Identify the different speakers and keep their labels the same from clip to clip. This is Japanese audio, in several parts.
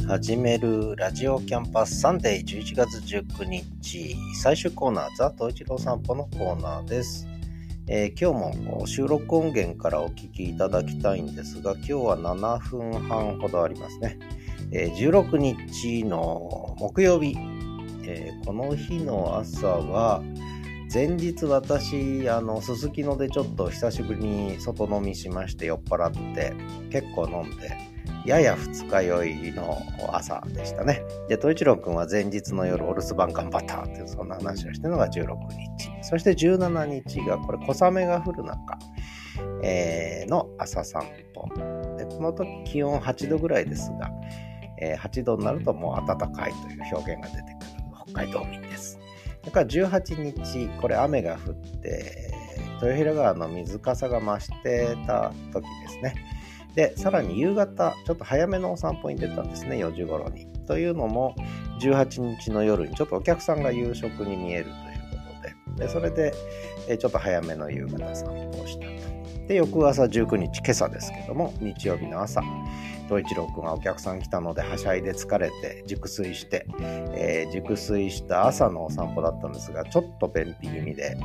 Speaker 1: 始めるラジオキャンパスサンデー11月19日最終コーナーザ・トイチロー散歩のコーナーです。今日も収録音源からお聞きいただきたいんですが、今日は7分半ほどありますね。16日の木曜日、この日の朝は前日私すすきのでちょっと久しぶりに外飲みしまして、酔っ払って結構飲んでやや二日酔いの朝でしたね。で、統一郎くんは前日の夜お留守番頑張ったっていうそんな話をしてるのが16日。そして17日がこれ小雨が降る中、の朝散歩で、この時気温8度ぐらいですが、8度になるともう暖かいという表現が出てくる北海道民です。だから18日これ雨が降って豊平川の水かさが増してた時ですね。で、さらに夕方ちょっと早めのお散歩に出たんですね、4時頃に。というのも18日の夜にちょっとお客さんが夕食に見えるということで、それでちょっと早めの夕方散歩をしたと。で、翌朝19日今朝ですけども、日曜日の朝統一郎くんがお客さん来たのではしゃいで疲れて熟睡して、熟睡した朝のお散歩だったんですが、ちょっと便秘気味で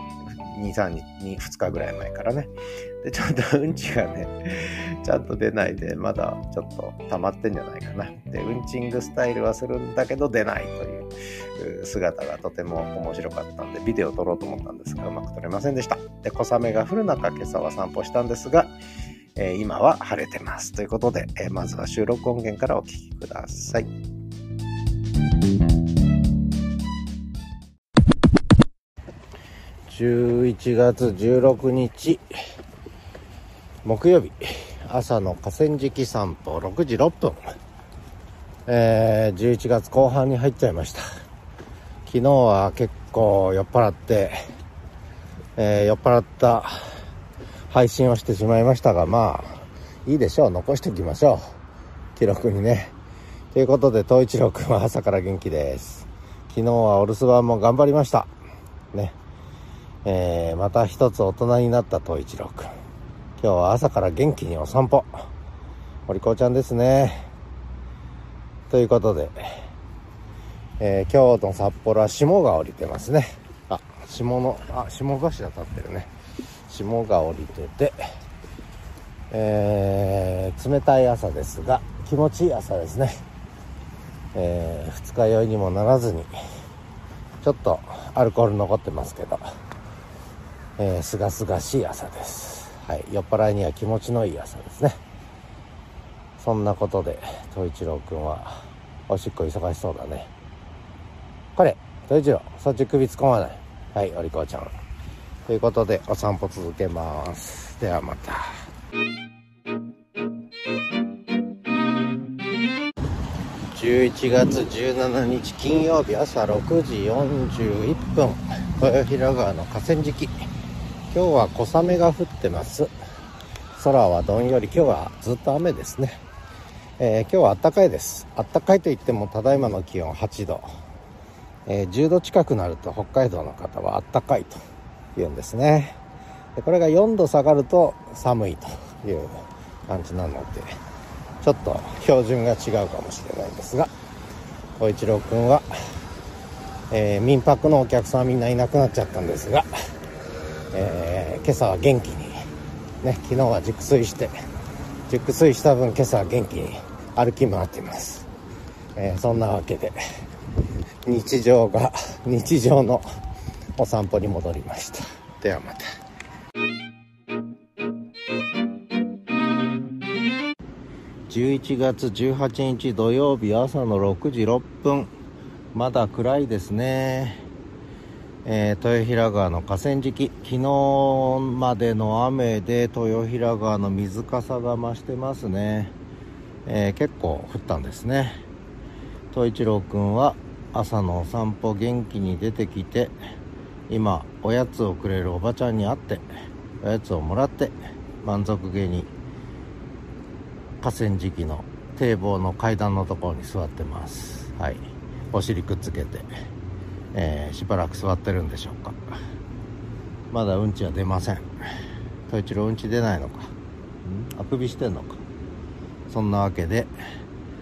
Speaker 1: 2日ぐらい前からね。で、ちょっとうんちがねちゃんと出ないで、まだちょっと溜まってんじゃないかな。で、うんちングスタイルはするんだけど出ないという姿がとても面白かったんで、ビデオを撮ろうと思ったんですがうまく撮れませんでした。で、小雨が降る中今朝は散歩したんですが、今は晴れてますということで、まずは収録音源からお聞きください。11月16日木曜日朝の河川敷散歩6時6分、11月後半に入っちゃいました。昨日は結構酔っ払って、酔っ払った配信をしてしまいましたが、まあいいでしょう、残しておきましょう、記録にね。ということで統一郎くんは朝から元気です。昨日はお留守番も頑張りましたね。また一つ大人になった統一郎くん、今日は朝から元気にお散歩、お利口ちゃんですね。ということで、今日の札幌は霜が降りてますね。霜柱立ってるね。霜が降りてて、冷たい朝ですが気持ちいい朝ですね。二日酔いにもならずに、ちょっとアルコール残ってますけど、すがすがしい朝です。はい、酔っ払いには気持ちのいい朝ですね。そんなことで統一郎くんはおしっこ忙しそうだね。これ統一郎、そっち首突っ込まない。はい、お利口ちゃんということでお散歩続けます。ではまた。11月17日金曜日朝6時41分豊平川の河川敷。今日は小雨が降ってます。空はどんより、今日はずっと雨ですね。今日は暖かいです。暖かいといってもただいまの気温8度、10度近くなると北海道の方は暖かいと言うんですね。で、これが4度下がると寒いという感じなので、ちょっと標準が違うかもしれないんですが、統一郎くんは、民泊のお客さんはみんないなくなっちゃったんですが、今朝は元気にね、昨日は熟睡した分今朝は元気に歩き回っています。そんなわけで日常のお散歩に戻りました。ではまた。11月18日土曜日朝の6時6分、まだ暗いですね。豊平川の河川敷、昨日までの雨で豊平川の水かさが増してますね。結構降ったんですね。統一郎くんは朝のお散歩元気に出てきて、今おやつをくれるおばちゃんに会っておやつをもらって満足げに河川敷の堤防の階段のところに座ってます。はい、お尻くっつけて、しばらく座ってるんでしょうか。まだうんちは出ません。統一郎うんち出ないのか、あくびしてんのか。そんなわけで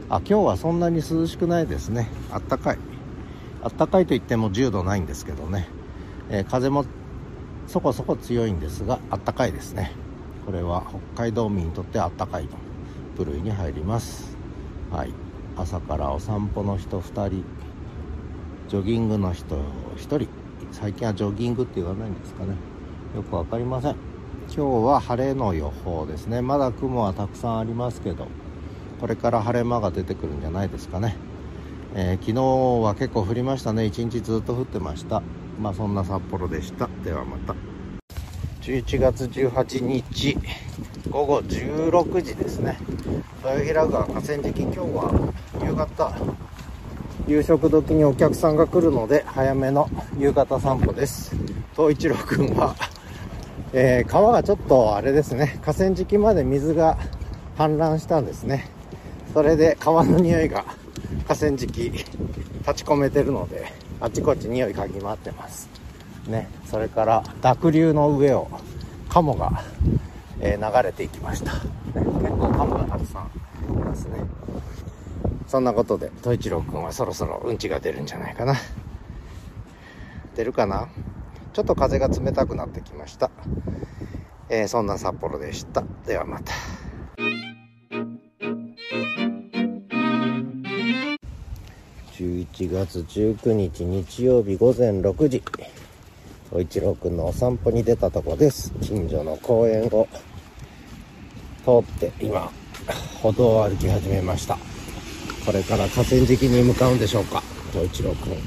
Speaker 1: 今日はそんなに涼しくないですね。あったかいといっても10度ないんですけどね、風もそこそこ強いんですがあったかいですね。これは北海道民にとってあったかいの部類に入ります。はい、朝からお散歩の人2人、ジョギングの人1人、最近はジョギングって言わないんですかね、よくわかりません。今日は晴れの予報ですね。まだ雲はたくさんありますけど、これから晴れ間が出てくるんじゃないですかね。昨日は結構降りましたね。一日ずっと降ってました。そんな札幌でした。ではまた。11月18日午後16時ですね。豊平川河川敷、今日は夕方夕食時にお客さんが来るので早めの夕方散歩です。東一郎くんは、川がちょっとあれですね、河川敷まで水が氾濫したんですね。それで川の匂いが河川敷立ち込めてるので、あちこち匂い嗅ぎ回ってますね。それから濁流の上をカモが、流れていきました、ね、結構カモがたくさんいますね。そんなことで東一郎くんはそろそろうんちが出るんじゃないかな。出るかな。ちょっと風が冷たくなってきました。そんな札幌でした。ではまた。11月19日日曜日午前6時、東一郎くんのお散歩に出たとこです。近所の公園を通って今歩道を歩き始めました。これから河川敷に向かうんでしょうか、東一郎くん。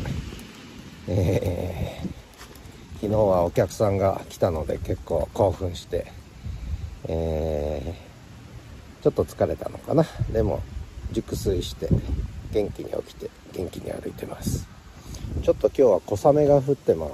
Speaker 1: 昨日はお客さんが来たので結構興奮して、ちょっと疲れたのかな。でも熟睡して元気に起きて元気に歩いてます。ちょっと今日は小雨が降ってます。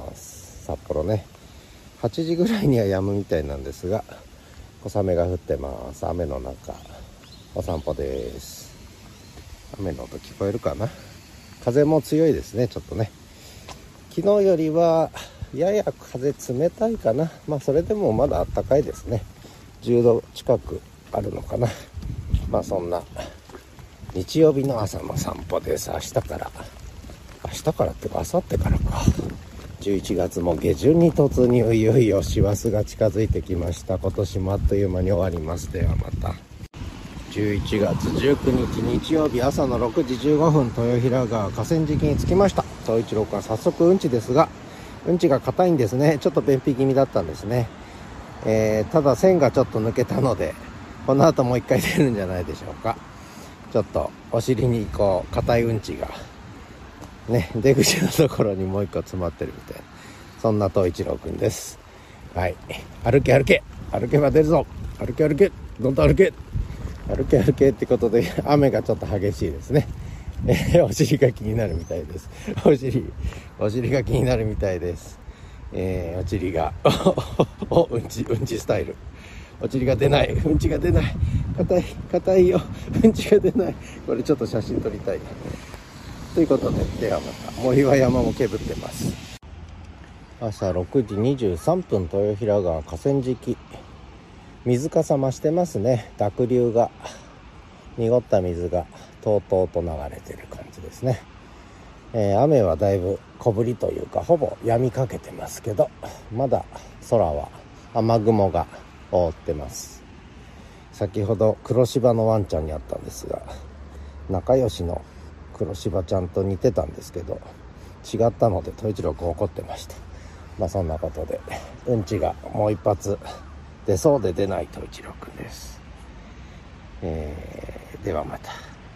Speaker 1: 札幌ね、8時ぐらいには止むみたいなんですが小雨が降ってます。雨の中お散歩です。雨の音聞こえるかな。風も強いですね。ちょっとね、昨日よりはやや風冷たいかな。それでもまだ暖かいですね。10度近くあるのかな。そんな日曜日の朝の散歩です。明日からっていうか明後日からか。11月も下旬に突入。いよいよ師走が近づいてきました。今年もあっという間に終わります。ではまた。11月19日日曜日朝の6時15分豊平川河川敷に着きました。東一郎くんは早速うんちですが、うんちが硬いんですね。ちょっと便秘気味だったんですね。ただ線がちょっと抜けたのでこの後もう一回出るんじゃないでしょうか。ちょっとお尻に硬いうんちがね、出口のところにもう一個詰まってるみたいな、そんな東一郎くんです。はい、歩けば出るぞ。歩けどんどん歩けってことで雨がちょっと激しいですね。お尻が気になるみたいです。お尻が気になるみたいです。お尻がうんちスタイル。お尻が出ない、うんちが出ない、硬いよ、うんちが出ない。これちょっと写真撮りたいということで、ではまた。森は山もけぶってます。朝6時23分豊平川河川敷、水かさ増してますね。濁流が、濁った水がとうとうと流れてる感じですね。雨はだいぶ小降りというかほぼ止みかけてますけど、まだ空は雨雲が覆ってます。先ほど黒柴のワンちゃんに会ったんですが、仲良しの黒柴ちゃんと似てたんですけど違ったので東一郎くん怒ってました。そんなことでうんちがもう一発出そうで出ない東一郎くんです。ではまた。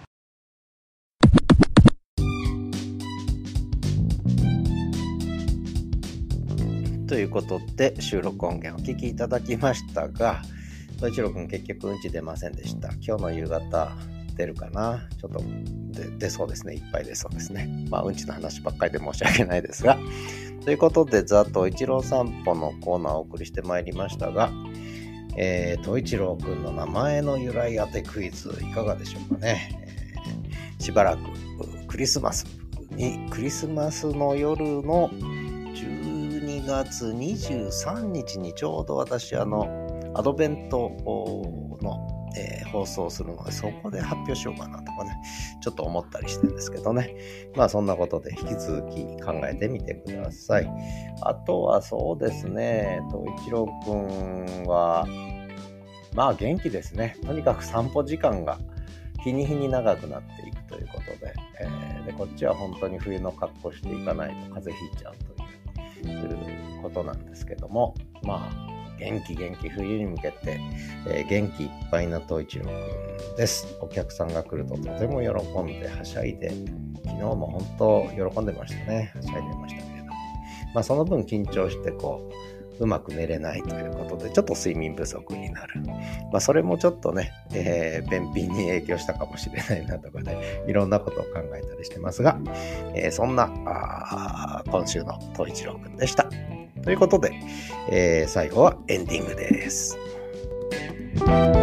Speaker 1: ということで収録音源お聞きいただきましたが、東一郎くん結局うんち出ませんでした。今日の夕方出るかな。ちょっと出そうですね。いっぱい出そうですね。うんちの話ばっかりで申し訳ないですが、ということでザ・東一郎散歩のコーナーをお送りしてまいりましたが、東一郎くんの名前の由来当てクイズいかがでしょうかね。しばらくクリスマスの夜の12月23日にちょうど私アドベントの、 放送するので、そこで発表しようかなとかね、ちょっと思ったりしてるんですけどね。まあそんなことで引き続き考えてみてください。あとはそうですね、東一郎くんは、まあ元気ですね。とにかく散歩時間が日に日に長くなっていくということで、でこっちは本当に冬の格好していかないと風邪ひいちゃうということなんですけども、まあ元気冬に向けて、元気いっぱいな東一郎くんです。お客さんが来るととても喜んではしゃいで、昨日も本当喜んでましたね。はしゃいでましたけれども、まあその分緊張してうまく寝れないということで、ちょっと睡眠不足になる。まあそれもちょっとね、便秘に影響したかもしれないなとかね、いろんなことを考えたりしてますが、そんな今週の東一郎くんでした。ということで、最後はエンディングです。